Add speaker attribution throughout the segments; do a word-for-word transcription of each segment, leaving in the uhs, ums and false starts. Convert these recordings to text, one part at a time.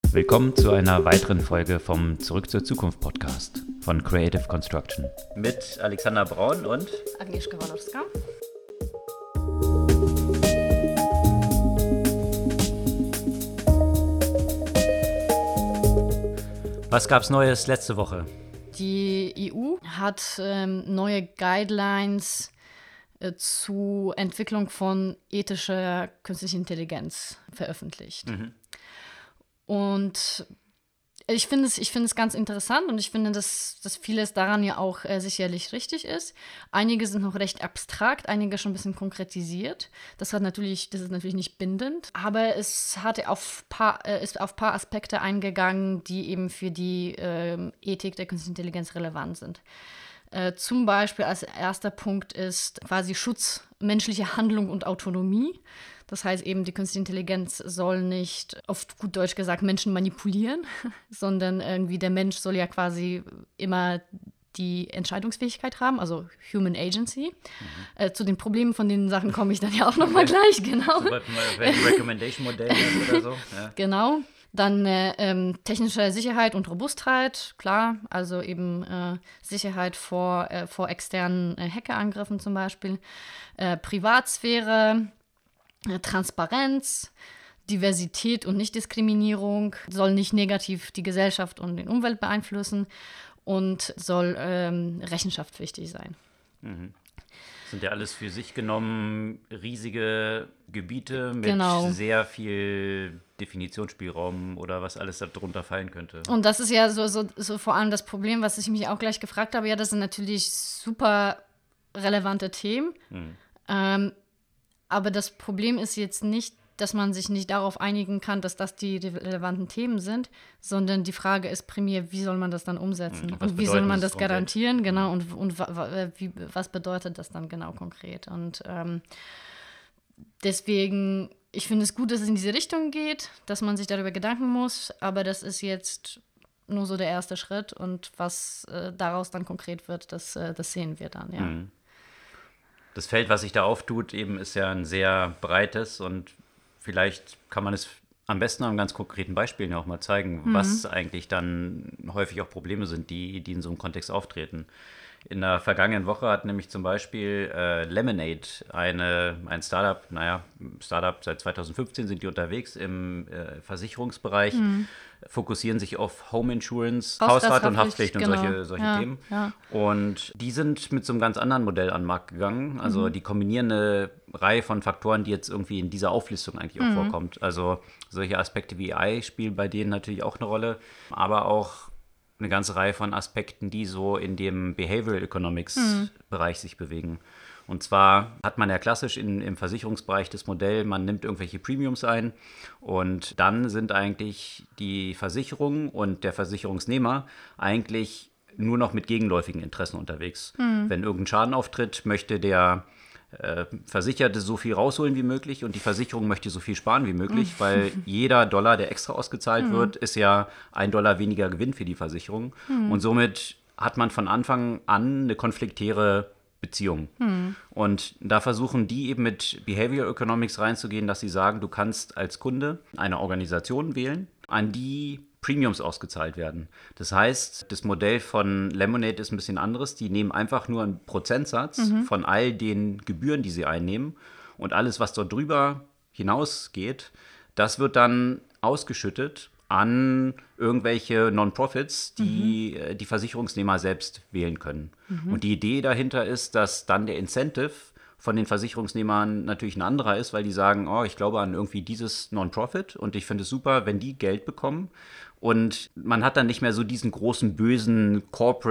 Speaker 1: Willkommen zu einer weiteren Folge vom Zurück zur Zukunft Podcast von Creative Construction. Mit Alexander Braun und
Speaker 2: Agnieszka Walorska.
Speaker 1: Was gab's Neues letzte Woche?
Speaker 2: Die E U hat ähm, neue Guidelines äh, zur Entwicklung von ethischer künstlicher Intelligenz veröffentlicht. Mhm. Und ich finde es, ich finde es ganz interessant und ich finde, dass, dass vieles daran ja auch äh, sicherlich richtig ist. Einige sind noch recht abstrakt, einige schon ein bisschen konkretisiert. Das hat natürlich, das ist natürlich nicht bindend, aber es hatte auf paar, äh, ist auf ein paar Aspekte eingegangen, die eben für die äh, Ethik der künstlichen Intelligenz relevant sind. Äh, zum Beispiel als erster Punkt ist quasi Schutz menschlicher Handlung und Autonomie. Das heißt eben, die künstliche Intelligenz soll nicht, auf gut Deutsch gesagt, Menschen manipulieren, sondern irgendwie der Mensch soll ja quasi immer die Entscheidungsfähigkeit haben, also Human Agency. Mhm. Äh, zu den Problemen von den Sachen komme ich dann ja auch nochmal gleich, genau.
Speaker 1: Sobald man ein Recommendation-Modell hat oder so. Ja.
Speaker 2: Genau. Dann äh, ähm, technische Sicherheit und Robustheit, klar, also eben äh, Sicherheit vor, äh, vor externen äh, Hackerangriffen zum Beispiel, äh, Privatsphäre, äh, Transparenz, Diversität und Nichtdiskriminierung, soll nicht negativ die Gesellschaft und die Umwelt beeinflussen und soll ähm, rechenschaftspflichtig sein.
Speaker 1: Mhm. Sind ja alles für sich genommen riesige Gebiete mit
Speaker 2: genau.
Speaker 1: sehr viel Definitionsspielraum oder was alles darunter fallen könnte.
Speaker 2: Und das ist ja so, so, so vor allem das Problem, was ich mich auch gleich gefragt habe. Ja, das sind natürlich super relevante Themen. Mhm. Ähm, aber das Problem ist jetzt nicht, dass man sich nicht darauf einigen kann, dass das die relevanten Themen sind, sondern die Frage ist primär, wie soll man das dann umsetzen? Und, und wie soll man das garantieren? Konkret? Genau, und, und wie, was bedeutet das dann genau konkret? Und ähm, deswegen, ich finde es gut, dass es in diese Richtung geht, dass man sich darüber Gedanken muss, aber das ist jetzt nur so der erste Schritt und was äh, daraus dann konkret wird, das, äh, das sehen wir dann, ja.
Speaker 1: Mhm. Das Feld, was sich da auftut, eben ist ja ein sehr breites und vielleicht kann man es am besten an ganz konkreten Beispielen ja auch mal zeigen, mhm. was eigentlich dann häufig auch Probleme sind, die, die in so einem Kontext auftreten. In der vergangenen Woche hat nämlich zum Beispiel äh, Lemonade, eine, ein Startup, naja, Startup seit zweitausendfünfzehn sind die unterwegs im äh, Versicherungsbereich, mhm. fokussieren sich auf Home Insurance, Hausrat und Haftpflicht und
Speaker 2: genau.
Speaker 1: solche, solche
Speaker 2: ja,
Speaker 1: Themen.
Speaker 2: Ja.
Speaker 1: Und die sind mit so einem ganz anderen Modell an den Markt gegangen. Also mhm. die kombinieren eine Reihe von Faktoren, die jetzt irgendwie in dieser Auflistung eigentlich auch mhm. vorkommt. Also solche Aspekte wie A I spielen bei denen natürlich auch eine Rolle, aber auch eine ganze Reihe von Aspekten, die so in dem Behavioral Economics-Bereich mhm. sich bewegen. Und zwar hat man ja klassisch in, im Versicherungsbereich das Modell, man nimmt irgendwelche Premiums ein und dann sind eigentlich die Versicherung und der Versicherungsnehmer eigentlich nur noch mit gegenläufigen Interessen unterwegs. Mhm. Wenn irgendein Schaden auftritt, möchte der Äh, Versicherte so viel rausholen wie möglich und die Versicherung möchte so viel sparen wie möglich, mhm. weil jeder Dollar, der extra ausgezahlt mhm. wird, ist ja ein Dollar weniger Gewinn für die Versicherung. Mhm. Und somit hat man von Anfang an eine konfliktäre Beziehung. Mhm. Und da versuchen die eben mit Behavioral Economics reinzugehen, dass sie sagen, du kannst als Kunde eine Organisation wählen, an die Premiums ausgezahlt werden. Das heißt, das Modell von Lemonade ist ein bisschen anderes. Die nehmen einfach nur einen Prozentsatz mhm. von all den Gebühren, die sie einnehmen. Und alles, was dort drüber hinausgeht, das wird dann ausgeschüttet an irgendwelche Non-Profits, die mhm. die Versicherungsnehmer selbst wählen können. Mhm. Und die Idee dahinter ist, dass dann der Incentive von den Versicherungsnehmern natürlich ein anderer ist, weil die sagen, oh, ich glaube an irgendwie dieses Non-Profit und ich finde es super, wenn die Geld bekommen. Und man hat dann nicht mehr so diesen großen, bösen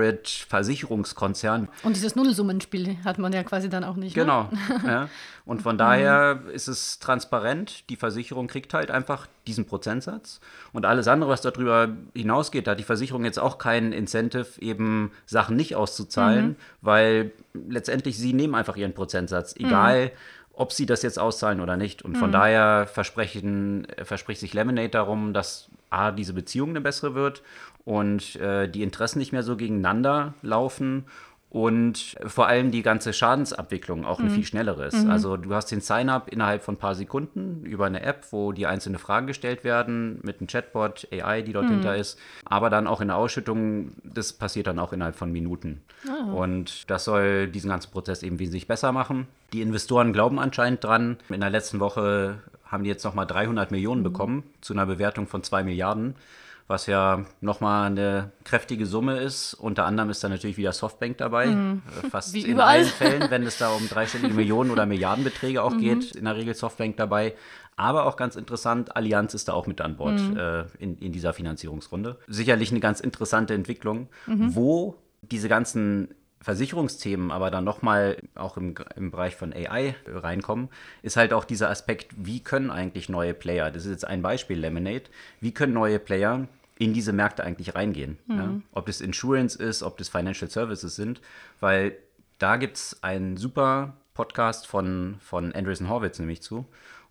Speaker 1: Corporate-Versicherungskonzern.
Speaker 2: Und dieses Nullsummenspiel hat man ja quasi dann auch nicht.
Speaker 1: Genau.
Speaker 2: Ne?
Speaker 1: Ja. Und von daher ist es transparent. Die Versicherung kriegt halt einfach diesen Prozentsatz. Und alles andere, was darüber hinausgeht, da hat die Versicherung jetzt auch keinen Incentive, eben Sachen nicht auszuzahlen, mhm. weil letztendlich sie nehmen einfach ihren Prozentsatz, egal mhm. ob sie das jetzt auszahlen oder nicht. Und von mhm. daher versprechen, verspricht sich Lemonade darum, dass A, diese Beziehung eine bessere wird und äh, die Interessen nicht mehr so gegeneinander laufen und vor allem die ganze Schadensabwicklung auch eine
Speaker 2: Mhm.
Speaker 1: viel schnellere ist.
Speaker 2: Mhm.
Speaker 1: Also du hast den Sign-up innerhalb von ein paar Sekunden über eine App, wo die einzelnen Fragen gestellt werden, mit einem Chatbot, A I, die dort hinter ist, aber dann auch in der Ausschüttung, das passiert dann auch innerhalb von Minuten.
Speaker 2: Ah.
Speaker 1: Und das soll diesen ganzen Prozess eben wesentlich besser machen. Die Investoren glauben anscheinend dran. In der letzten Woche haben die jetzt nochmal dreihundert Millionen bekommen, zu einer Bewertung von zwei Milliarden. Was ja nochmal eine kräftige Summe ist. Unter anderem ist da natürlich wieder Softbank dabei. Mhm. Fast
Speaker 2: Wie
Speaker 1: in
Speaker 2: überall.
Speaker 1: allen Fällen, wenn es da um dreistellige Millionen oder Milliardenbeträge auch mhm. geht, in der Regel Softbank dabei. Aber auch ganz interessant, Allianz ist da auch mit an Bord mhm. äh, in, in dieser Finanzierungsrunde. Sicherlich eine ganz interessante Entwicklung, mhm. wo diese ganzen Versicherungsthemen aber dann nochmal auch im, im Bereich von A I reinkommen, ist halt auch dieser Aspekt, wie können eigentlich neue Player, das ist jetzt ein Beispiel, Lemonade, wie können neue Player in diese Märkte eigentlich reingehen. Mhm. Ja? Ob das Insurance ist, ob das Financial Services sind, weil da gibt es einen super Podcast von, von Andreessen Horowitz nämlich zu.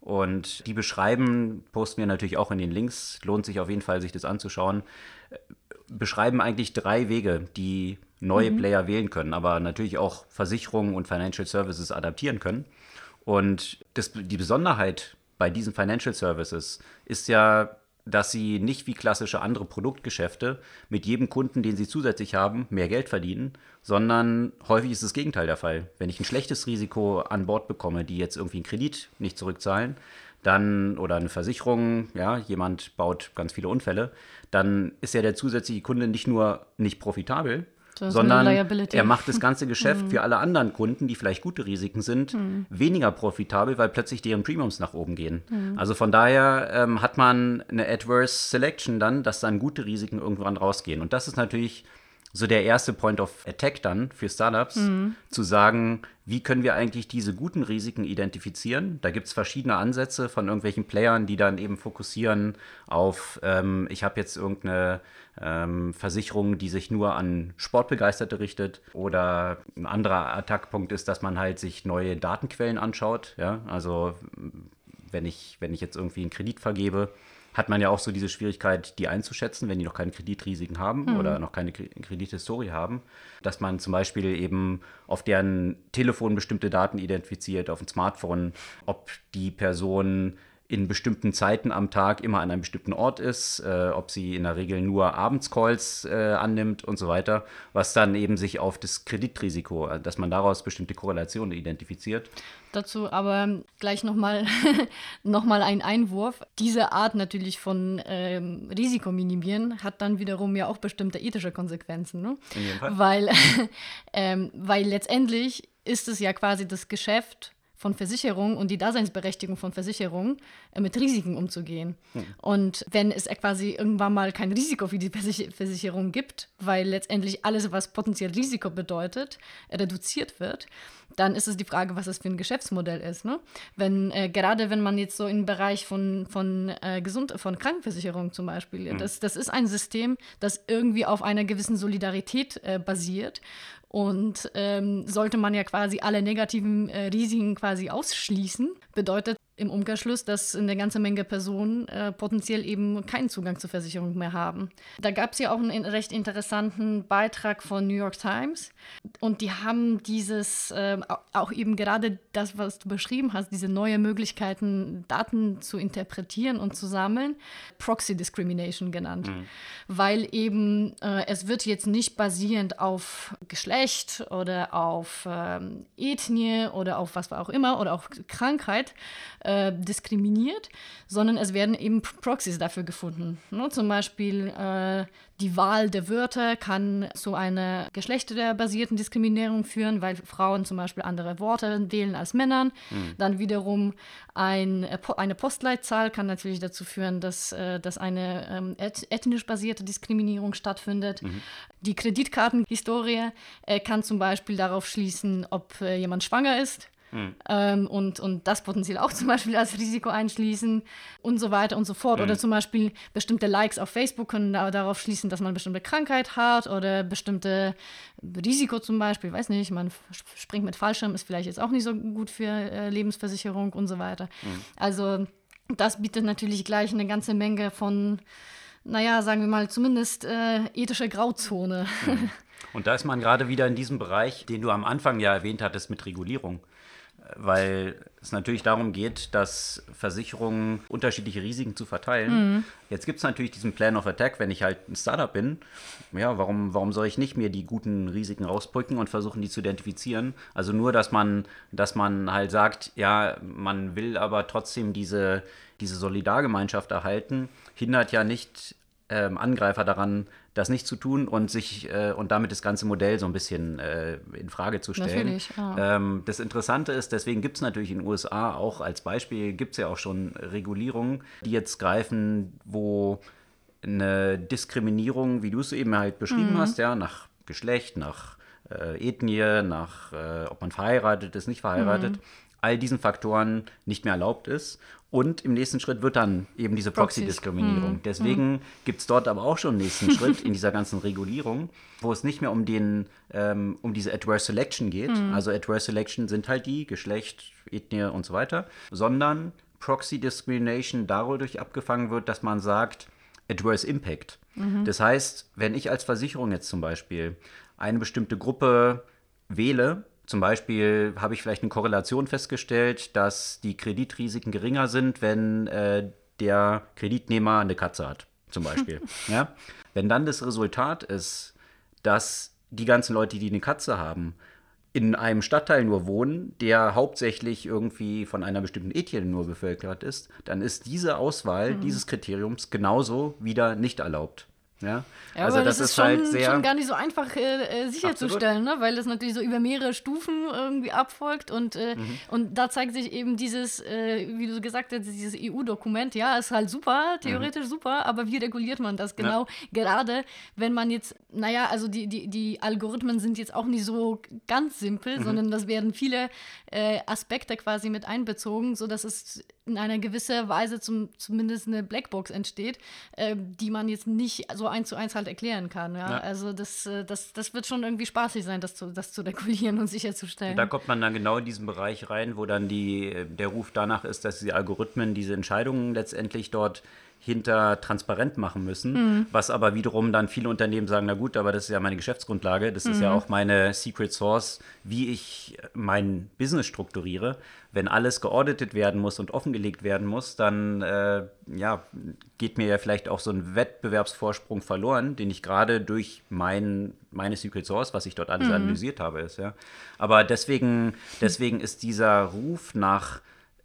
Speaker 1: Und die beschreiben, posten wir natürlich auch in den Links, lohnt sich auf jeden Fall, sich das anzuschauen, beschreiben eigentlich drei Wege, die neue mhm. Player wählen können, aber natürlich auch Versicherungen und Financial Services adaptieren können. Und das, die Besonderheit bei diesen Financial Services ist ja, dass sie nicht wie klassische andere Produktgeschäfte mit jedem Kunden, den sie zusätzlich haben, mehr Geld verdienen, sondern häufig ist das Gegenteil der Fall. Wenn ich ein schlechtes Risiko an Bord bekomme, die jetzt irgendwie einen Kredit nicht zurückzahlen, dann oder eine Versicherung, ja, jemand baut ganz viele Unfälle, dann ist ja der zusätzliche Kunde nicht nur nicht profitabel,
Speaker 2: das
Speaker 1: sondern er macht das ganze Geschäft für alle anderen Kunden, die vielleicht gute Risiken sind, mhm. weniger profitabel, weil plötzlich deren Premiums nach oben gehen. Mhm. Also von daher ähm, hat man eine Adverse Selection dann, dass dann gute Risiken irgendwann rausgehen. Und das ist natürlich so der erste Point of Attack dann für Startups, mhm. zu sagen, wie können wir eigentlich diese guten Risiken identifizieren? Da gibt es verschiedene Ansätze von irgendwelchen Playern, die dann eben fokussieren auf, ähm, ich habe jetzt irgendeine ähm, Versicherung, die sich nur an Sportbegeisterte richtet. Oder ein anderer Attackpunkt ist, dass man halt sich neue Datenquellen anschaut. Ja? Also wenn ich, wenn ich jetzt irgendwie einen Kredit vergebe, hat man ja auch so diese Schwierigkeit, die einzuschätzen, wenn die noch keine Kreditrisiken haben mhm. oder noch keine Kredithistorie haben, dass man zum Beispiel eben auf deren Telefon bestimmte Daten identifiziert, auf dem Smartphone, ob die Person in bestimmten Zeiten am Tag immer an einem bestimmten Ort ist, äh, ob sie in der Regel nur abends Calls äh, annimmt und so weiter, was dann eben sich auf das Kreditrisiko, dass man daraus bestimmte Korrelationen identifiziert.
Speaker 2: Dazu aber gleich nochmal noch mal ein Einwurf. Diese Art natürlich von ähm, Risiko minimieren hat dann wiederum ja auch bestimmte ethische Konsequenzen. Ne?
Speaker 1: In jedem Fall.
Speaker 2: Weil, ähm, weil letztendlich ist es ja quasi das Geschäft von Versicherungen und die Daseinsberechtigung von Versicherungen äh, mit Risiken umzugehen. Hm. Und wenn es quasi irgendwann mal kein Risiko für die Versich- Versicherung gibt, weil letztendlich alles, was potenziell Risiko bedeutet, äh, reduziert wird, dann ist es die Frage, was das für ein Geschäftsmodell ist. Ne? Wenn, äh, gerade wenn man jetzt so im Bereich von, von, äh, Gesund- von Krankenversicherung zum Beispiel, hm. das, das ist ein System, das irgendwie auf einer gewissen Solidarität äh, basiert. Und ähm, sollte man ja quasi alle negativen äh, Risiken quasi ausschließen, bedeutet im Umkehrschluss, dass eine ganze Menge Personen äh, potenziell eben keinen Zugang zur Versicherung mehr haben. Da gab es ja auch einen recht interessanten Beitrag von New York Times und die haben dieses, äh, auch eben gerade das, was du beschrieben hast, diese neue Möglichkeiten, Daten zu interpretieren und zu sammeln, Proxy Discrimination genannt. Mhm. Weil eben äh, es wird jetzt nicht basierend auf Geschlecht oder auf ähm, Ethnie oder auf was auch immer oder auch Krankheit äh, diskriminiert, sondern es werden eben Proxys dafür gefunden. Ne? Zum Beispiel äh, die Wahl der Wörter kann zu einer geschlechterbasierten Diskriminierung führen, weil Frauen zum Beispiel andere Worte wählen als Männern. Mhm. Dann wiederum ein, eine Postleitzahl kann natürlich dazu führen, dass, dass eine ähm, ethnisch basierte Diskriminierung stattfindet. Mhm. Die Kreditkartenhistorie äh, kann zum Beispiel darauf schließen, ob äh, jemand schwanger ist. Mhm. Ähm, und, und das potenziell auch zum Beispiel als Risiko einschließen und so weiter und so fort. Mhm. Oder zum Beispiel bestimmte Likes auf Facebook können da, darauf schließen, dass man bestimmte Krankheit hat oder bestimmte Risiko zum Beispiel, weiß nicht, man springt mit Fallschirm, ist vielleicht jetzt auch nicht so gut für äh, Lebensversicherung und so weiter. Mhm. Also das bietet natürlich gleich eine ganze Menge von, naja, sagen wir mal, zumindest äh, ethische Grauzone. Mhm.
Speaker 1: Und da ist man gerade wieder in diesem Bereich, den du am Anfang ja erwähnt hattest mit Regulierung. Weil es natürlich darum geht, dass Versicherungen unterschiedliche Risiken zu verteilen. Mhm. Jetzt gibt es natürlich diesen Plan of Attack, wenn ich halt ein Startup bin. Ja, warum, warum soll ich nicht mir die guten Risiken rausbrücken und versuchen, die zu identifizieren? Also nur, dass man, dass man halt sagt, ja, man will aber trotzdem diese, diese Solidargemeinschaft erhalten, hindert ja nicht ähm, Angreifer daran, das nicht zu tun und sich äh, und damit das ganze Modell so ein bisschen äh, in Frage zu stellen.
Speaker 2: Natürlich, ja.
Speaker 1: Ähm, das Interessante ist, deswegen gibt es natürlich in den U S A auch als Beispiel, gibt es ja auch schon Regulierungen, die jetzt greifen, wo eine Diskriminierung, wie du es eben halt beschrieben mhm. hast, ja, nach Geschlecht, nach äh, Ethnie, nach äh, ob man verheiratet ist, nicht verheiratet, mhm. all diesen Faktoren nicht mehr erlaubt ist. Und im nächsten Schritt wird dann eben diese Proxy-Diskriminierung. Hm. Deswegen hm. gibt es dort aber auch schon einen nächsten Schritt in dieser ganzen Regulierung, wo es nicht mehr um den ähm, um diese Adverse Selection geht. Hm. Also Adverse Selection sind halt die, Geschlecht, Ethnie und so weiter, sondern Proxy-Discrimination dadurch abgefangen wird, dass man sagt, Adverse Impact. Mhm. Das heißt, wenn ich als Versicherung jetzt zum Beispiel eine bestimmte Gruppe wähle, zum Beispiel habe ich vielleicht eine Korrelation festgestellt, dass die Kreditrisiken geringer sind, wenn äh, der Kreditnehmer eine Katze hat, zum Beispiel. Ja? Wenn dann das Resultat ist, dass die ganzen Leute, die eine Katze haben, in einem Stadtteil nur wohnen, der hauptsächlich irgendwie von einer bestimmten Ethnie nur bevölkert ist, dann ist diese Auswahl mhm. dieses Kriteriums genauso wieder nicht erlaubt. Ja,
Speaker 2: ja, also aber das, das ist, ist schon, halt sehr schon gar nicht so einfach äh, sicherzustellen, ne? Weil das natürlich so über mehrere Stufen irgendwie abfolgt und, äh, mhm. und da zeigt sich eben dieses, äh, wie du gesagt hast, dieses E U-Dokument, ja, ist halt super, theoretisch mhm. super, aber wie reguliert man das genau? Ja. Gerade wenn man jetzt, naja, also die, die, die Algorithmen sind jetzt auch nicht so ganz simpel, mhm. sondern das werden viele äh, Aspekte quasi mit einbezogen, sodass es in einer gewissen Weise zum, zumindest eine Blackbox entsteht, äh, die man jetzt nicht so eins zu eins halt erklären kann. Ja? Ja. Also das, das, das wird schon irgendwie spaßig sein, das zu, das zu regulieren und sicherzustellen.
Speaker 1: Und da kommt man dann genau in diesen Bereich rein, wo dann die, der Ruf danach ist, dass die Algorithmen diese Entscheidungen letztendlich dort hinter transparent machen müssen, mhm. was aber wiederum dann viele Unternehmen sagen, na gut, aber das ist ja meine Geschäftsgrundlage, das mhm. ist ja auch meine Secret Source, wie ich mein Business strukturiere. Wenn alles geauditet werden muss und offengelegt werden muss, dann äh, ja, geht mir ja vielleicht auch so ein Wettbewerbsvorsprung verloren, den ich gerade durch mein, meine Secret Source, was ich dort alles mhm. analysiert habe, ist. Ja. Aber deswegen, deswegen ist dieser Ruf nach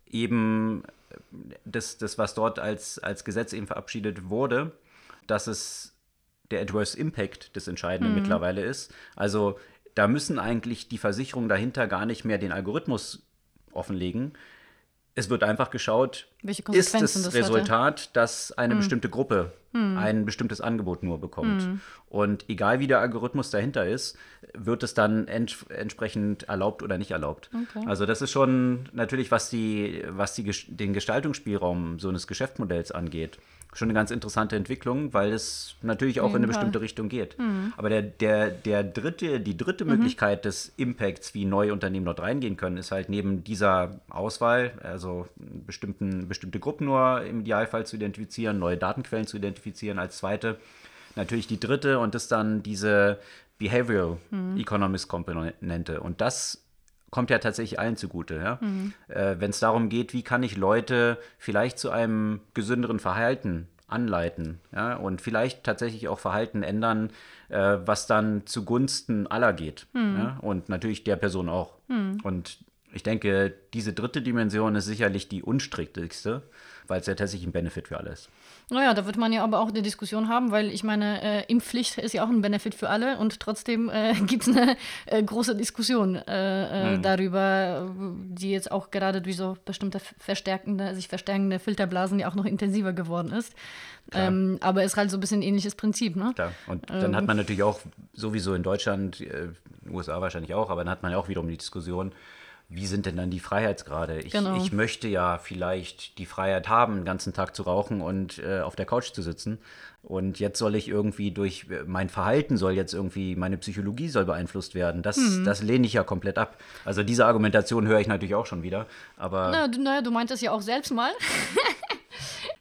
Speaker 1: eben Das, das, was dort als, als Gesetz eben verabschiedet wurde, dass es der Adverse Impact das Entscheidende mhm. mittlerweile ist. Also da müssen eigentlich die Versicherungen dahinter gar nicht mehr den Algorithmus offenlegen. Es wird einfach geschaut, ist das Resultat, hatte? dass eine mhm. bestimmte Gruppe mhm. ein bestimmtes Angebot nur bekommt. Mhm. Und egal wie der Algorithmus dahinter ist, wird es dann ent- entsprechend erlaubt oder nicht erlaubt. Okay. Also das ist schon natürlich, was, die, was die, den Gestaltungsspielraum so eines Geschäftsmodells angeht, schon eine ganz interessante Entwicklung, weil es natürlich auch in eine bestimmte Richtung geht. Mhm. Aber der, der, der dritte, die dritte mhm. Möglichkeit des Impacts, wie neue Unternehmen dort reingehen können, ist halt neben dieser Auswahl, also bestimmten, bestimmte Gruppen nur im Idealfall zu identifizieren, neue Datenquellen zu identifizieren, als zweite natürlich die dritte und das dann diese Behavioral mhm. Economics Komponente. Und das kommt ja tatsächlich allen zugute. Ja? Mhm. Äh, wenn es darum geht, wie kann ich Leute vielleicht zu einem gesünderen Verhalten anleiten, ja? Und vielleicht tatsächlich auch Verhalten ändern, äh, was dann zugunsten aller geht. Mhm. Ja? Und natürlich der Person auch. Mhm. Und ich denke, diese dritte Dimension ist sicherlich die unstrittigste, weil es ja tatsächlich ein Benefit für alle ist.
Speaker 2: Naja, da wird man ja aber auch eine Diskussion haben, weil ich meine, äh, Impfpflicht ist ja auch ein Benefit für alle und trotzdem äh, gibt es eine äh, große Diskussion äh, äh, mhm. darüber, die jetzt auch gerade durch so bestimmte verstärkende, sich verstärkende Filterblasen ja auch noch intensiver geworden ist. Ähm, aber ist halt so ein bisschen ein ähnliches Prinzip, ne?
Speaker 1: Klar, und dann ähm, hat man natürlich auch sowieso in Deutschland, äh, in den U S A wahrscheinlich auch, aber dann hat man ja auch wiederum die Diskussion, wie sind denn dann die Freiheitsgrade? Ich, genau. ich möchte ja vielleicht die Freiheit haben, den ganzen Tag zu rauchen und äh, auf der Couch zu sitzen. Und jetzt soll ich irgendwie durch mein Verhalten soll jetzt irgendwie, meine Psychologie soll beeinflusst werden. Das, mhm. das lehne ich ja komplett ab. Also diese Argumentation höre ich natürlich auch schon wieder. Aber
Speaker 2: naja, du, naja, du meintest ja auch selbst mal.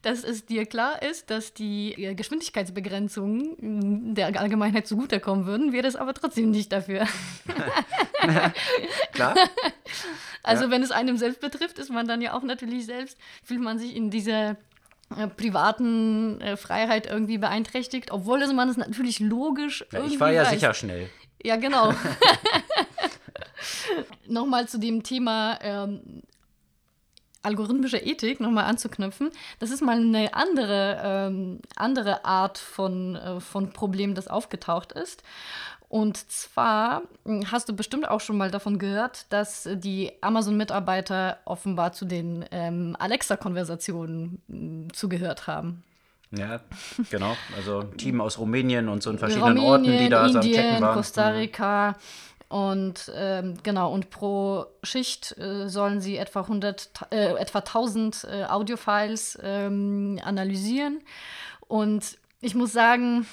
Speaker 2: dass es dir klar ist, dass die äh, Geschwindigkeitsbegrenzungen der Allgemeinheit zugutekommen würden, wäre das aber trotzdem nicht dafür.
Speaker 1: Klar.
Speaker 2: Also
Speaker 1: Ja.
Speaker 2: wenn es einem selbst betrifft, ist man dann ja auch natürlich selbst, fühlt man sich in dieser äh, privaten äh, Freiheit irgendwie beeinträchtigt, obwohl es man es natürlich logisch
Speaker 1: Ja,
Speaker 2: irgendwie
Speaker 1: ich war ja
Speaker 2: weiß.
Speaker 1: sicher schnell.
Speaker 2: Ja, genau. Nochmal zu dem Thema ähm, algorithmische Ethik nochmal anzuknüpfen. Das ist mal eine andere, ähm, andere Art von, äh, von Problem, das aufgetaucht ist. Und zwar hast du bestimmt auch schon mal davon gehört, dass die Amazon-Mitarbeiter offenbar zu den ähm, Alexa-Konversationen mh, zugehört haben.
Speaker 1: Ja, genau. Also ein Team aus Rumänien und so in verschiedenen Orten, die da so am
Speaker 2: Indien,
Speaker 1: Checken waren.
Speaker 2: Costa Rica. Und ähm, genau, und pro Schicht äh, sollen sie etwa hundert, äh, etwa tausend äh, Audiofiles ähm, analysieren. Und ich muss sagen,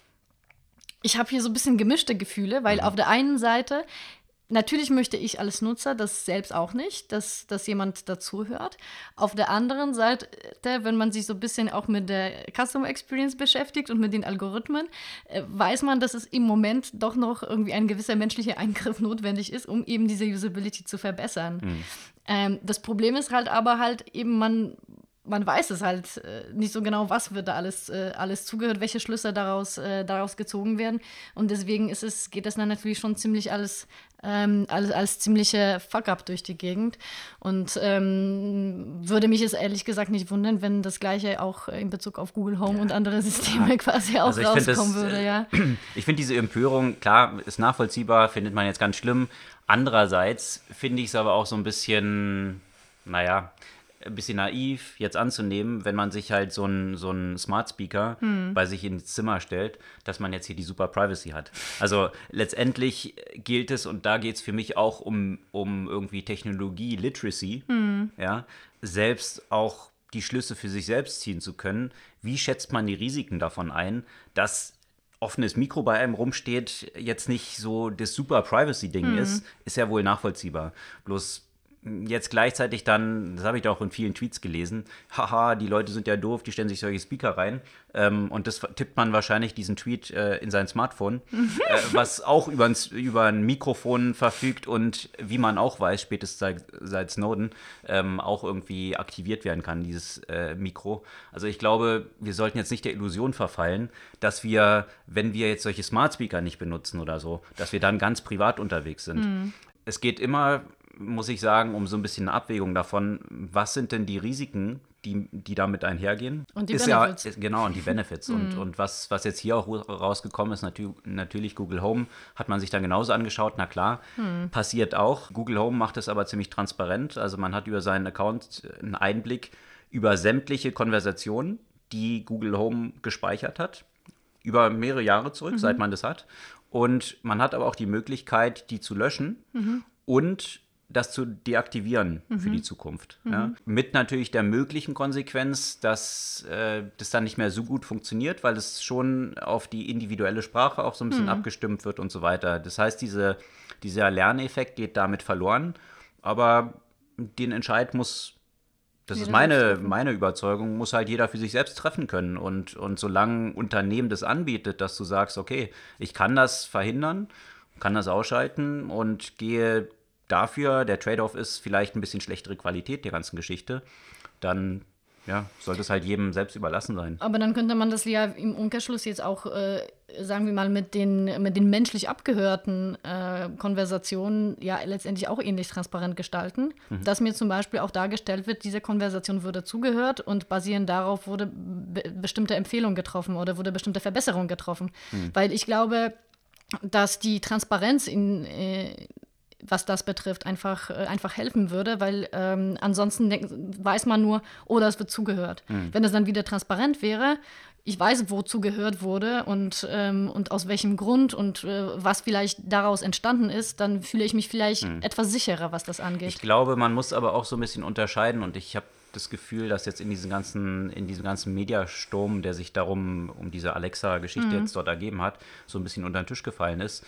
Speaker 2: ich habe hier so ein bisschen gemischte Gefühle, weil mhm. auf der einen Seite, natürlich möchte ich als Nutzer das selbst auch nicht, dass, dass jemand dazuhört. Auf der anderen Seite, wenn man sich so ein bisschen auch mit der Customer Experience beschäftigt und mit den Algorithmen, äh, weiß man, dass es im Moment doch noch irgendwie ein gewisser menschlicher Eingriff notwendig ist, um eben diese Usability zu verbessern. Mhm. Ähm, das Problem ist halt aber halt eben, man Man weiß es halt äh, nicht so genau, was wird da alles, äh, alles zugehört, welche Schlüsse daraus, äh, daraus gezogen werden. Und deswegen ist es, geht das dann natürlich schon ziemlich alles, ähm, alles als ziemliche Fuck-up durch die Gegend. Und ähm, würde mich es ehrlich gesagt nicht wundern, wenn das Gleiche auch in Bezug auf Google Home ja. und andere Systeme ja. quasi auch also rauskommen das, würde. Ja.
Speaker 1: Ich finde diese Empörung, klar, ist nachvollziehbar, findet man jetzt ganz schlimm. Andererseits finde ich es aber auch so ein bisschen, naja, ein bisschen naiv jetzt anzunehmen, wenn man sich halt so einen so einen Smart Speaker hm. bei sich ins Zimmer stellt, dass man jetzt hier die super Privacy hat. Also letztendlich gilt es, und da geht es für mich auch um, um irgendwie Technologie-Literacy, hm. ja, selbst auch die Schlüsse für sich selbst ziehen zu können. Wie schätzt man die Risiken davon ein, dass offenes Mikro bei einem rumsteht, jetzt nicht so das super Privacy-Ding hm. ist, ist ja wohl nachvollziehbar. Bloß jetzt gleichzeitig dann, das habe ich da auch in vielen Tweets gelesen, haha, die Leute sind ja doof, die stellen sich solche Speaker rein. Ähm, und das tippt man wahrscheinlich, diesen Tweet, äh, in sein Smartphone, äh, was auch über ein, über ein Mikrofon verfügt und, wie man auch weiß, spätestens seit, seit Snowden, ähm, auch irgendwie aktiviert werden kann, dieses äh, Mikro. Also ich glaube, wir sollten jetzt nicht der Illusion verfallen, dass wir, wenn wir jetzt solche Smart Speaker nicht benutzen oder so, dass wir dann ganz privat unterwegs sind. Mhm. Es geht immer, muss ich sagen, um so ein bisschen eine Abwägung davon, was sind denn die Risiken, die, die damit einhergehen.
Speaker 2: Und die
Speaker 1: ist
Speaker 2: Benefits.
Speaker 1: Ja, ist, genau, und die Benefits. mm. Und, und was, was jetzt hier auch rausgekommen ist, natü- natürlich Google Home, hat man sich dann genauso angeschaut, na klar, mm. passiert auch. Google Home macht es aber ziemlich transparent. Also man hat über seinen Account einen Einblick über sämtliche Konversationen, die Google Home gespeichert hat, über mehrere Jahre zurück, mhm. seit man das hat. Und man hat aber auch die Möglichkeit, die zu löschen mhm. und das zu deaktivieren mhm. für die Zukunft. Mhm. Ja? Mit natürlich der möglichen Konsequenz, dass äh, das dann nicht mehr so gut funktioniert, weil es schon auf die individuelle Sprache auch so ein bisschen mhm. abgestimmt wird und so weiter. Das heißt, diese, dieser Lerneffekt geht damit verloren, aber den Entscheid muss, das jeder ist meine, meine Überzeugung, muss halt jeder für sich selbst treffen können. Und, und solange ein Unternehmen das anbietet, dass du sagst, okay, ich kann das verhindern, kann das ausschalten und gehe dafür, der Trade-off ist vielleicht ein bisschen schlechtere Qualität der ganzen Geschichte, dann ja, sollte es halt jedem selbst überlassen sein.
Speaker 2: Aber dann könnte man das ja im Umkehrschluss jetzt auch, äh, sagen wir mal, mit den, mit den menschlich abgehörten äh, Konversationen ja letztendlich auch ähnlich transparent gestalten. Mhm. Dass mir zum Beispiel auch dargestellt wird, diese Konversation wurde zugehört und basierend darauf wurde be- bestimmte Empfehlung getroffen oder wurde bestimmte Verbesserung getroffen. Mhm. Weil ich glaube, dass die Transparenz in äh, was das betrifft, einfach, äh, einfach helfen würde, weil ähm, ansonsten denk, weiß man nur, oh, das wird zugehört. Mhm. Wenn es dann wieder transparent wäre, ich weiß, wo zugehört wurde und, ähm, und aus welchem Grund und äh, was vielleicht daraus entstanden ist, dann fühle ich mich vielleicht mhm. etwas sicherer, was das angeht.
Speaker 1: Ich glaube, man muss aber auch so ein bisschen unterscheiden und ich habe das Gefühl, dass jetzt in diesem ganzen, in diesem ganzen Mediasturm, der sich darum, um diese Alexa-Geschichte mhm. jetzt dort ergeben hat, so ein bisschen unter den Tisch gefallen ist.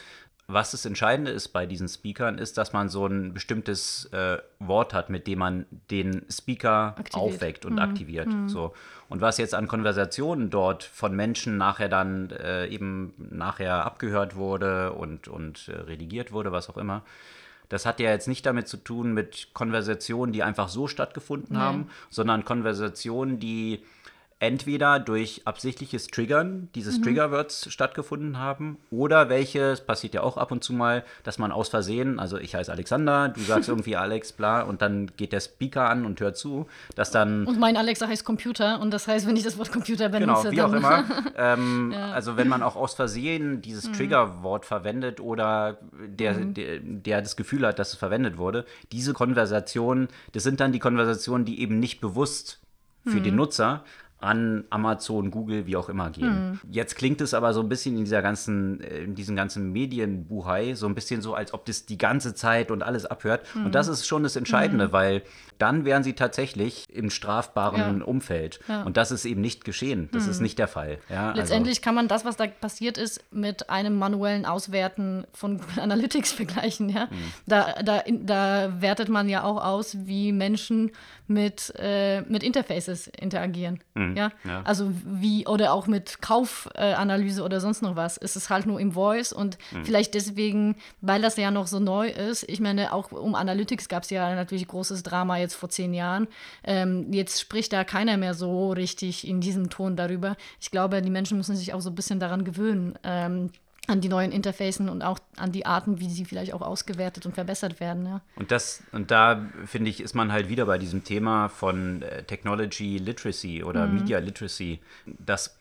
Speaker 1: was das Entscheidende ist bei diesen Speakern, ist, dass man so ein bestimmtes äh, Wort hat, mit dem man den Speaker
Speaker 2: Aktiviert.
Speaker 1: aufweckt und
Speaker 2: Mhm.
Speaker 1: aktiviert.
Speaker 2: Mhm.
Speaker 1: So. Und was jetzt an Konversationen dort von Menschen nachher dann äh, eben nachher abgehört wurde und, und äh, redigiert wurde, was auch immer, das hat ja jetzt nicht damit zu tun mit Konversationen, die einfach so stattgefunden
Speaker 2: Nee.
Speaker 1: haben, sondern Konversationen, die entweder durch absichtliches Triggern dieses mhm. Triggerwords stattgefunden haben oder welche, es passiert ja auch ab und zu mal, dass man aus Versehen, also ich heiße Alexander, du sagst irgendwie Alex, bla, und dann geht der Speaker an und hört zu, dass dann...
Speaker 2: Und mein Alexa heißt Computer und das heißt, wenn ich das Wort Computer benutze,
Speaker 1: Genau, wie
Speaker 2: dann...
Speaker 1: auch immer. ähm,
Speaker 2: ja.
Speaker 1: Also wenn man auch aus Versehen dieses mhm. Triggerwort verwendet oder der, mhm. der, der das Gefühl hat, dass es verwendet wurde, diese Konversationen, das sind dann die Konversationen, die eben nicht bewusst für mhm. den Nutzer an Amazon, Google, wie auch immer gehen. Hm. Jetzt klingt es aber so ein bisschen in dieser ganzen, in diesem ganzen Medienbuhai so ein bisschen so, als ob das die ganze Zeit und alles abhört. Hm. Und das ist schon das Entscheidende, hm. weil dann wären sie tatsächlich im strafbaren ja. Umfeld. Ja. Und das ist eben nicht geschehen. Das hm. ist nicht der Fall. Ja,
Speaker 2: Letztendlich
Speaker 1: also.
Speaker 2: kann man das, was da passiert ist, mit einem manuellen Auswerten von Google Analytics vergleichen. Ja? Hm. Da, da, da wertet man ja auch aus, wie Menschen mit, äh, mit Interfaces interagieren. Hm. Ja? ja, also wie, oder auch mit Kaufanalyse äh, oder sonst noch was. Es ist halt nur im Voice und mhm. vielleicht deswegen, weil das ja noch so neu ist, ich meine, auch um Analytics gab es ja natürlich großes Drama jetzt vor zehn Jahren. Ähm, jetzt spricht da keiner mehr so richtig in diesem Ton darüber. Ich glaube, die Menschen müssen sich auch so ein bisschen daran gewöhnen, ähm, an die neuen Interfacen und auch an die Arten, wie sie vielleicht auch ausgewertet und verbessert werden. Ja.
Speaker 1: Und das, und da, finde ich, ist man halt wieder bei diesem Thema von äh, Technology Literacy oder mhm. Media Literacy, dass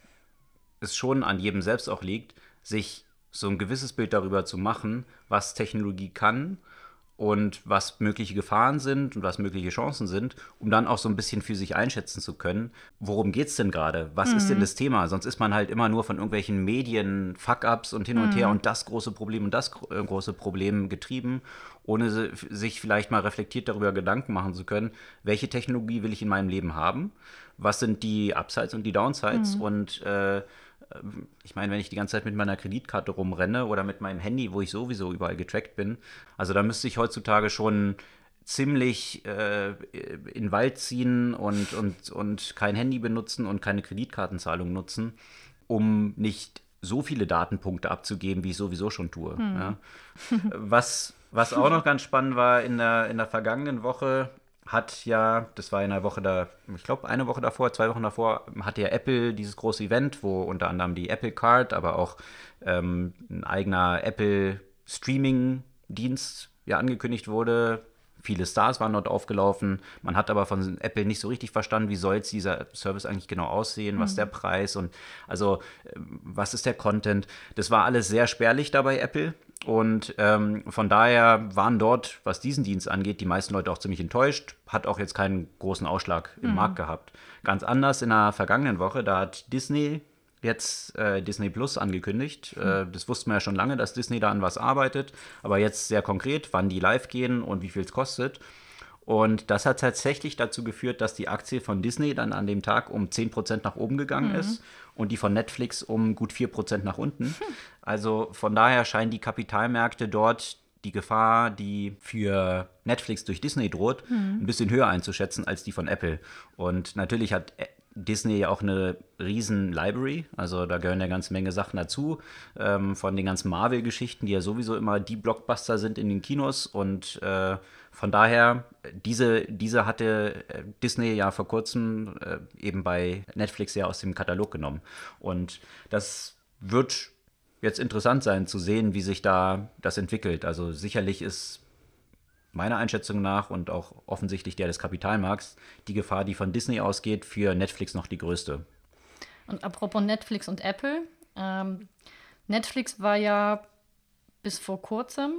Speaker 1: es schon an jedem selbst auch liegt, sich so ein gewisses Bild darüber zu machen, was Technologie kann und was mögliche Gefahren sind und was mögliche Chancen sind, um dann auch so ein bisschen für sich einschätzen zu können, worum geht's denn gerade? Was mhm. ist denn das Thema? Sonst ist man halt immer nur von irgendwelchen Medien, Fuck-ups und hin und mhm. her und das große Problem und das gro- äh, große Problem getrieben, ohne se- sich vielleicht mal reflektiert darüber Gedanken machen zu können, welche Technologie will ich in meinem Leben haben? Was sind die Upsides und die Downsides? Mhm. Und äh, ich meine, wenn ich die ganze Zeit mit meiner Kreditkarte rumrenne oder mit meinem Handy, wo ich sowieso überall getrackt bin, also da müsste ich heutzutage schon ziemlich äh, in den Wald ziehen und, und, und kein Handy benutzen und keine Kreditkartenzahlung nutzen, um nicht so viele Datenpunkte abzugeben, wie ich sowieso schon tue. Hm. Ja. Was, was auch noch ganz spannend war in der, in der vergangenen Woche, hat ja, das war in der Woche da, ich glaube eine Woche davor, zwei Wochen davor, hatte ja Apple dieses große Event, wo unter anderem die Apple Card, aber auch ähm, ein eigener Apple Streaming-Dienst ja angekündigt wurde. Viele Stars waren dort aufgelaufen. Man hat aber von Apple nicht so richtig verstanden, wie soll jetzt dieser Service eigentlich genau aussehen, was ist der Preis und also was ist der Content. Das war alles sehr spärlich da bei Apple. Und ähm, von daher waren dort, was diesen Dienst angeht, die meisten Leute auch ziemlich enttäuscht. Hat auch jetzt keinen großen Ausschlag im mhm. Markt gehabt. Ganz anders in der vergangenen Woche, da hat Disney jetzt äh, Disney Plus angekündigt. Mhm. Äh, das wussten wir ja schon lange, dass Disney da an was arbeitet. Aber jetzt sehr konkret, wann die live gehen und wie viel es kostet. Und das hat tatsächlich dazu geführt, dass die Aktie von Disney dann an dem Tag um zehn Prozent nach oben gegangen mhm. ist und die von Netflix um gut vier Prozent nach unten. Hm. Also von daher scheinen die Kapitalmärkte dort die Gefahr, die für Netflix durch Disney droht, mhm. ein bisschen höher einzuschätzen als die von Apple. Und natürlich hat Disney ja auch eine riesen Library, also da gehören ja eine ganze Menge Sachen dazu, ähm, von den ganzen Marvel-Geschichten, die ja sowieso immer die Blockbuster sind in den Kinos und äh, von daher, diese, diese hatte Disney ja vor kurzem äh, eben bei Netflix ja aus dem Katalog genommen und das wird jetzt interessant sein zu sehen, wie sich da das entwickelt, also sicherlich ist meiner Einschätzung nach und auch offensichtlich der des Kapitalmarkts, die Gefahr, die von Disney ausgeht, für Netflix noch die größte.
Speaker 2: Und apropos Netflix und Apple, ähm, Netflix war ja bis vor kurzem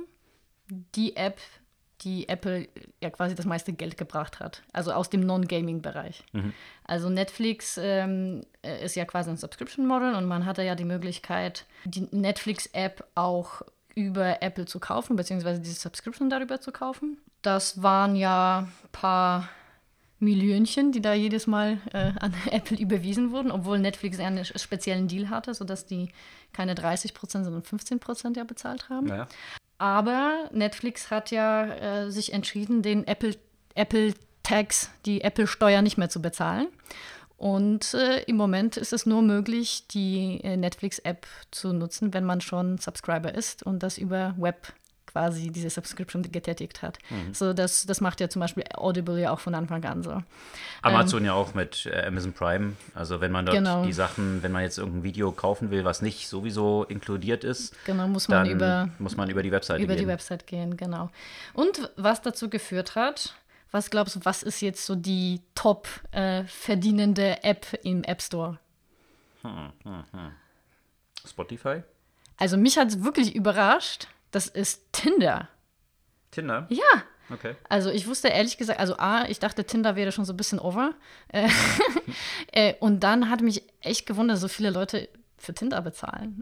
Speaker 2: die App, die Apple ja quasi das meiste Geld gebracht hat, also aus dem Non-Gaming-Bereich. Mhm. Also Netflix ähm, ist ja quasi ein Subscription-Model und man hatte ja die Möglichkeit, die Netflix-App auch über Apple zu kaufen, beziehungsweise diese Subscription darüber zu kaufen. Das waren ja ein paar Millionchen, die da jedes Mal äh, an Apple überwiesen wurden, obwohl Netflix einen speziellen Deal hatte, sodass die keine dreißig Prozent, sondern fünfzehn Prozent ja bezahlt haben.
Speaker 1: Naja.
Speaker 2: Aber Netflix hat ja äh, sich entschieden, den Apple, Apple Tax, die Apple-Steuer nicht mehr zu bezahlen. Und äh, im Moment ist es nur möglich, die äh, Netflix-App zu nutzen, wenn man schon Subscriber ist und das über Web quasi diese Subscription getätigt hat. Mhm. So, das, das macht ja zum Beispiel Audible ja auch von Anfang an so.
Speaker 1: Amazon
Speaker 2: ähm,
Speaker 1: ja auch mit äh, Amazon Prime. Also wenn man dort
Speaker 2: genau.
Speaker 1: die Sachen, wenn man jetzt irgendein Video kaufen will, was nicht sowieso inkludiert ist,
Speaker 2: genau, muss man
Speaker 1: dann
Speaker 2: über,
Speaker 1: muss man über die Webseite
Speaker 2: über
Speaker 1: gehen.
Speaker 2: die Website gehen, genau. Und was dazu geführt hat, was glaubst du, was ist jetzt so die top äh, verdienende App im App Store?
Speaker 1: Hm, hm, hm. Spotify?
Speaker 2: Also mich hat es wirklich überrascht. Das ist Tinder.
Speaker 1: Tinder?
Speaker 2: Ja.
Speaker 1: Okay.
Speaker 2: Also ich wusste ehrlich gesagt, also A, ich dachte, Tinder wäre schon so ein bisschen over. Äh, äh, und dann hat mich echt gewundert, so viele Leute für Tinder bezahlen.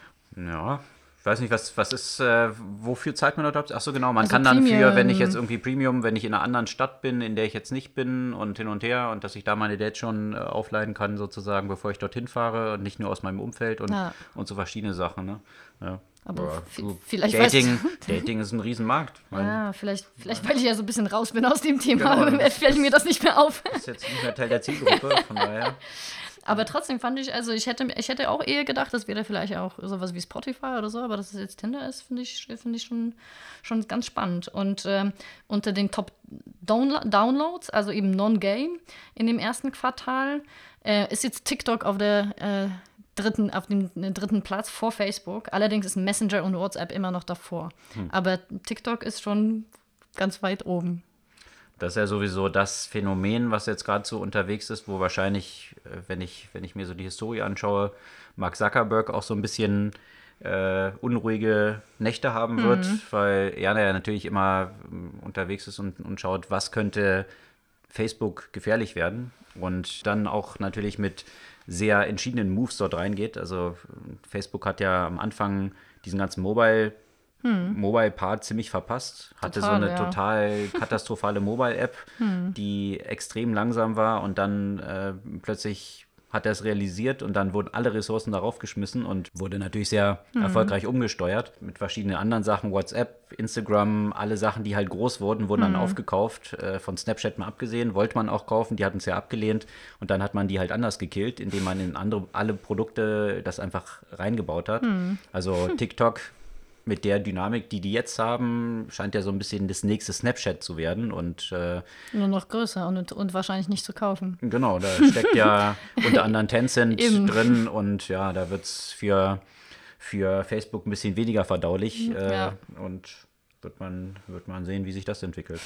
Speaker 1: Ja, ich weiß nicht, was, was ist, äh, wofür zahlt man dort? Achso, genau, man
Speaker 2: Also
Speaker 1: kann dann
Speaker 2: Premium.
Speaker 1: für, wenn ich jetzt irgendwie Premium, wenn ich in einer anderen Stadt bin, in der ich jetzt nicht bin und hin und her und dass ich da meine Dates schon äh, aufleiten kann sozusagen, bevor ich dorthin fahre und nicht nur aus meinem Umfeld und,
Speaker 2: ja.
Speaker 1: und so verschiedene Sachen, ne? Ja.
Speaker 2: Aber
Speaker 1: ja,
Speaker 2: v-
Speaker 1: du,
Speaker 2: vielleicht
Speaker 1: Dating,
Speaker 2: weißt du-
Speaker 1: Dating ist ein Riesenmarkt. Weil
Speaker 2: Ja, vielleicht, vielleicht, weil ich ja so ein bisschen raus bin aus dem Thema,
Speaker 1: Genau.
Speaker 2: fällt mir das nicht mehr auf.
Speaker 1: das ist jetzt nicht mehr Teil der Zielgruppe, von daher.
Speaker 2: Aber trotzdem fand ich, also ich hätte, ich hätte auch eher gedacht, das wäre vielleicht auch sowas wie Spotify oder so, aber dass es jetzt Tinder ist, finde ich, finde ich schon, schon ganz spannend. Und ähm, unter den Top Downlo- Downloads, also eben Non-Game in dem ersten Quartal, äh, ist jetzt TikTok auf der äh, dritten, auf dem dritten Platz vor Facebook. Allerdings ist Messenger und WhatsApp immer noch davor. Hm. Aber TikTok ist schon ganz weit oben.
Speaker 1: Das ist ja sowieso das Phänomen, was jetzt gerade so unterwegs ist, wo wahrscheinlich, wenn ich, wenn ich mir so die Historie anschaue, Mark Zuckerberg auch so ein bisschen äh, unruhige Nächte haben wird, mhm. weil er ja natürlich immer unterwegs ist und, und schaut, was könnte Facebook gefährlich werden und dann auch natürlich mit sehr entschiedenen Moves dort reingeht. Also Facebook hat ja am Anfang diesen ganzen Mobile Hm. Mobile-Part ziemlich verpasst. Hatte
Speaker 2: Total,
Speaker 1: so eine
Speaker 2: ja.
Speaker 1: total katastrophale Mobile-App, hm. die extrem langsam war und dann äh, plötzlich hat er es realisiert und dann wurden alle Ressourcen darauf geschmissen und wurde natürlich sehr hm. erfolgreich umgesteuert mit verschiedenen anderen Sachen, WhatsApp, Instagram, alle Sachen, die halt groß wurden, wurden hm. dann aufgekauft, äh, von Snapchat mal abgesehen, wollte man auch kaufen, die hatten es ja abgelehnt und dann hat man die halt anders gekillt, indem man in andere, alle Produkte das einfach reingebaut hat. Hm. Also TikTok mit der Dynamik, die die jetzt haben, scheint ja so ein bisschen das nächste Snapchat zu werden. Und, äh,
Speaker 2: nur noch größer und, und wahrscheinlich nicht zu kaufen.
Speaker 1: Genau, da steckt ja unter anderem Tencent drin. Und ja, da wird es für, für Facebook ein bisschen weniger verdaulich. Äh,
Speaker 2: ja.
Speaker 1: Und wird man, wird man sehen, wie sich das entwickelt.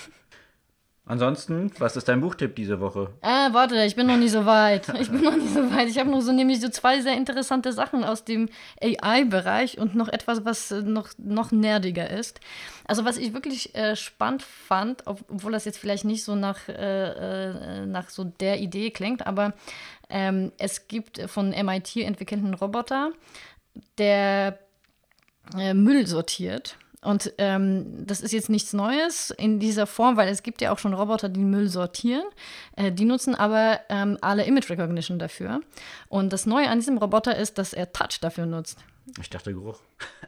Speaker 1: Ansonsten, was ist dein Buchtipp diese Woche?
Speaker 2: Äh, warte, ich bin noch nicht so weit. Ich bin noch nicht so weit. Ich habe noch so nämlich so zwei sehr interessante Sachen aus dem A I-Bereich und noch etwas, was noch, noch nerdiger ist. Also was ich wirklich äh, spannend fand, obwohl das jetzt vielleicht nicht so nach, äh, nach so der Idee klingt, aber ähm, es gibt von M I T entwickelten Roboter, der äh, Müll sortiert. Und ähm, das ist jetzt nichts Neues in dieser Form, weil es gibt ja auch schon Roboter, die Müll sortieren. Äh, die nutzen aber ähm, alle Image Recognition dafür. Und das Neue an diesem Roboter ist, dass er Touch dafür nutzt.
Speaker 1: Ich dachte Geruch.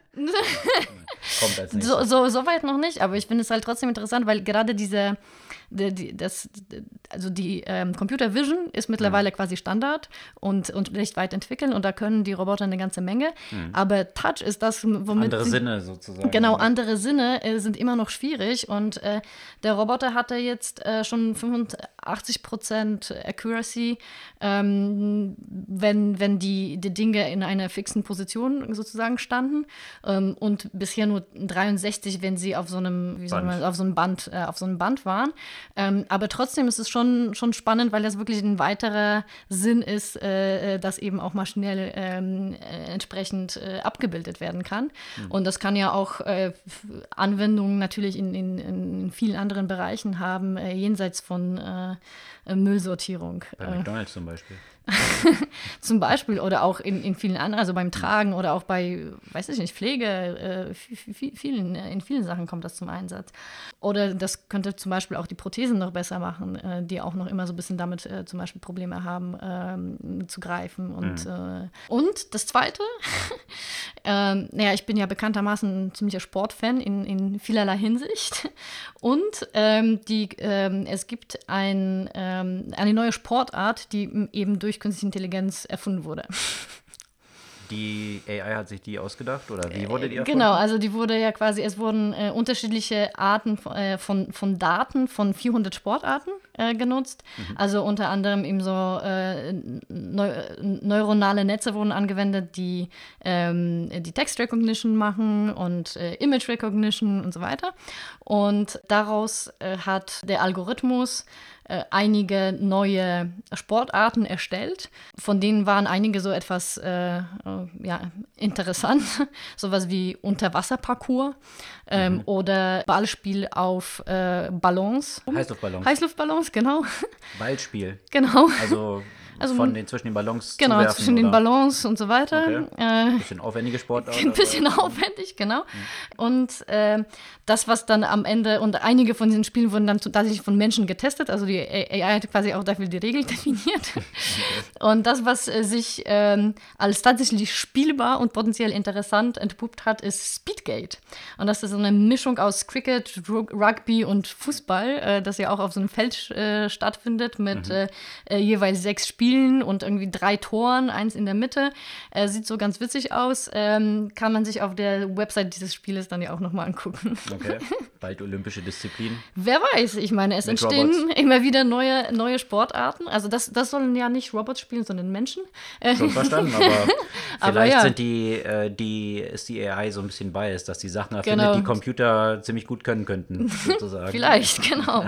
Speaker 1: Kommt als nächstes.
Speaker 2: So, so, so weit noch nicht, aber ich finde es halt trotzdem interessant, weil gerade diese, die, die, das, also die ähm, Computer Vision ist mittlerweile mhm. quasi Standard und, und recht weit entwickelt und da können die Roboter eine ganze Menge, mhm. aber Touch ist das, womit
Speaker 1: andere
Speaker 2: sie,
Speaker 1: Sinne sozusagen.
Speaker 2: Genau, andere Sinne äh, sind immer noch schwierig und äh, der Roboter hatte jetzt äh, schon fünfundachtzig Prozent Accuracy, ähm, wenn, wenn die, die Dinge in einer fixen Position sozusagen standen. Ähm, und bisher nur dreiundsechzig, wenn sie auf so einem, wie soll man, auf so einem Band, äh, auf so einem Band waren. Ähm, aber trotzdem ist es schon, schon spannend, weil das wirklich ein weiterer Sinn ist, äh, dass eben auch maschinell ähm, äh, entsprechend äh, abgebildet werden kann. Mhm. Und das kann ja auch äh, Anwendungen natürlich in, in, in vielen anderen Bereichen haben, äh, jenseits von äh, Müllsortierung.
Speaker 1: Bei McDonald's zum Beispiel.
Speaker 2: Zum Beispiel oder auch in, in vielen anderen, also beim Tragen oder auch bei, weiß ich nicht, Pflege, äh, vielen, in vielen Sachen kommt das zum Einsatz. Oder das könnte zum Beispiel auch die Prothesen noch besser machen, äh, die auch noch immer so ein bisschen damit äh, zum Beispiel Probleme haben, ähm, zu greifen. Und, mhm. äh, und das Zweite, ähm, naja, ich bin ja bekanntermaßen ein ziemlicher Sportfan in, in vielerlei Hinsicht. Und ähm, die, ähm, es gibt ein, ähm, eine neue Sportart, die eben durch künstliche Intelligenz erfunden wurde.
Speaker 1: Die A I hat sich die ausgedacht oder wie wurde die erfunden?
Speaker 2: Genau, also die wurde ja quasi, es wurden äh, unterschiedliche Arten von, äh, von, von Daten von vierhundert Sportarten äh, genutzt. Mhm. Also unter anderem eben so äh, neu, neuronale Netze wurden angewendet, die ähm, die Text Recognition machen und äh, Image Recognition und so weiter. Und daraus äh, hat der Algorithmus äh, einige neue Sportarten erstellt. Von denen waren einige so etwas äh, äh, ja, interessant, sowas wie Unterwasserparcours ähm, mhm. oder Ballspiel auf äh, Ballons.
Speaker 1: Heißluftballons.
Speaker 2: Heißluftballons, genau.
Speaker 1: Ballspiel.
Speaker 2: Genau.
Speaker 1: Also Also, von den, zwischen den Ballons
Speaker 2: genau,
Speaker 1: zuwerfen,
Speaker 2: zwischen
Speaker 1: oder?
Speaker 2: den Ballons und so weiter.
Speaker 1: Okay. Ein bisschen aufwendige Sportart.
Speaker 2: Ein bisschen aber. aufwendig, genau. Mhm. Und äh, das, was dann am Ende, und einige von diesen Spielen wurden dann tatsächlich von Menschen getestet, also die A I hat quasi auch dafür die Regeln definiert. Okay. Und das, was äh, sich äh, als tatsächlich spielbar und potenziell interessant entpuppt hat, ist Speedgate. Und das ist so eine Mischung aus Cricket, Rugby und Fußball, äh, das ja auch auf so einem Feld äh, stattfindet mit mhm. äh, jeweils sechs Spielen und irgendwie drei Toren, eins in der Mitte. Äh, sieht so ganz witzig aus. Ähm, kann man sich auf der Website dieses Spieles dann ja auch nochmal angucken.
Speaker 1: Okay, bald olympische Disziplin.
Speaker 2: Wer weiß, ich meine, es Mit entstehen Robots. immer wieder neue, neue Sportarten. Also das, das sollen ja nicht Robots spielen, sondern Menschen.
Speaker 1: Schon verstanden, aber
Speaker 2: aber
Speaker 1: vielleicht
Speaker 2: ja.
Speaker 1: sind die, äh, die, ist die A I so ein bisschen biased, dass die Sachen erfindet,
Speaker 2: genau.
Speaker 1: die Computer ziemlich gut können könnten, sozusagen.
Speaker 2: Vielleicht, genau.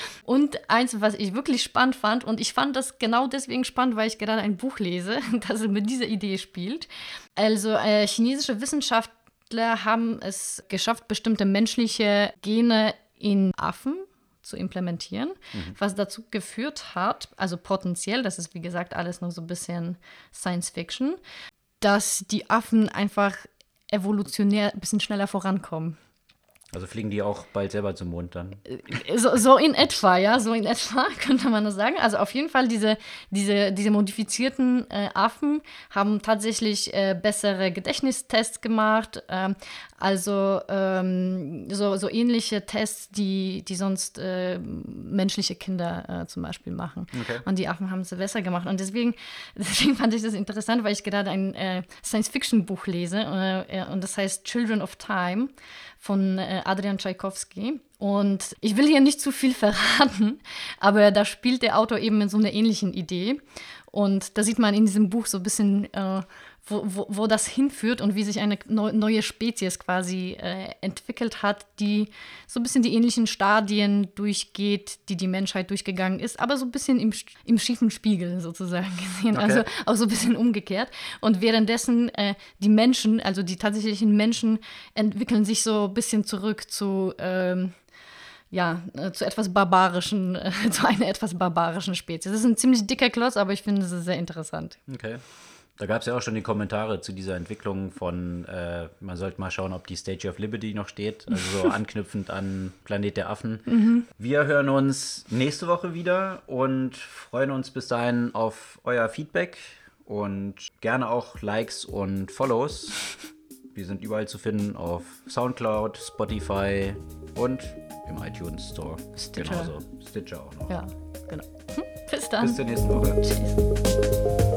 Speaker 2: Und eins, was ich wirklich spannend fand, und ich fand das genau deswegen spannend, weil ich gerade ein Buch lese, das mit dieser Idee spielt. Also äh, chinesische Wissenschaftler haben es geschafft, bestimmte menschliche Gene in Affen zu implementieren, mhm. was dazu geführt hat, also potenziell, das ist wie gesagt alles noch so ein bisschen Science Fiction, dass die Affen einfach evolutionär ein bisschen schneller vorankommen.
Speaker 1: Also fliegen die auch bald selber zum Mond dann?
Speaker 2: So, so in etwa, ja, so in etwa könnte man das sagen. Also auf jeden Fall, diese, diese, diese modifizierten äh, Affen haben tatsächlich äh, bessere Gedächtnistests gemacht. Ähm, also ähm, so, so ähnliche Tests, die, die sonst äh, menschliche Kinder äh, zum Beispiel machen. Okay. Und die Affen haben es besser gemacht. Und deswegen, deswegen fand ich das interessant, weil ich gerade ein äh, Science-Fiction-Buch lese. Äh, und das heißt Children of Time von äh, Adrian Tchaikovsky. Und ich will hier nicht zu viel verraten, aber da spielt der Autor eben mit so einer ähnlichen Idee. Und da sieht man in diesem Buch so ein bisschen, äh, wo, wo, wo das hinführt und wie sich eine neu, neue Spezies quasi äh, entwickelt hat, die so ein bisschen die ähnlichen Stadien durchgeht, die die Menschheit durchgegangen ist, aber so ein bisschen im, im schiefen Spiegel sozusagen gesehen, okay. Also auch so ein bisschen umgekehrt. Und währenddessen äh, die Menschen, also die tatsächlichen Menschen, entwickeln sich so ein bisschen zurück zu ähm, ja, äh, zu etwas barbarischen, äh, zu einer etwas barbarischen Spezies. Das ist ein ziemlich dicker Klotz, aber ich finde es sehr interessant.
Speaker 1: Okay. Da gab es ja auch schon die Kommentare zu dieser Entwicklung von, äh, man sollte mal schauen, ob die Statue of Liberty noch steht, also so anknüpfend an Planet der Affen. Mhm. Wir hören uns nächste Woche wieder und freuen uns bis dahin auf euer Feedback und gerne auch Likes und Follows. Wir sind überall zu finden auf Soundcloud, Spotify und im iTunes Store.
Speaker 2: Stitcher.
Speaker 1: Genauso. Stitcher auch noch.
Speaker 2: Ja, genau. Bis dann.
Speaker 1: Bis zur nächsten Woche.
Speaker 2: Tschüss.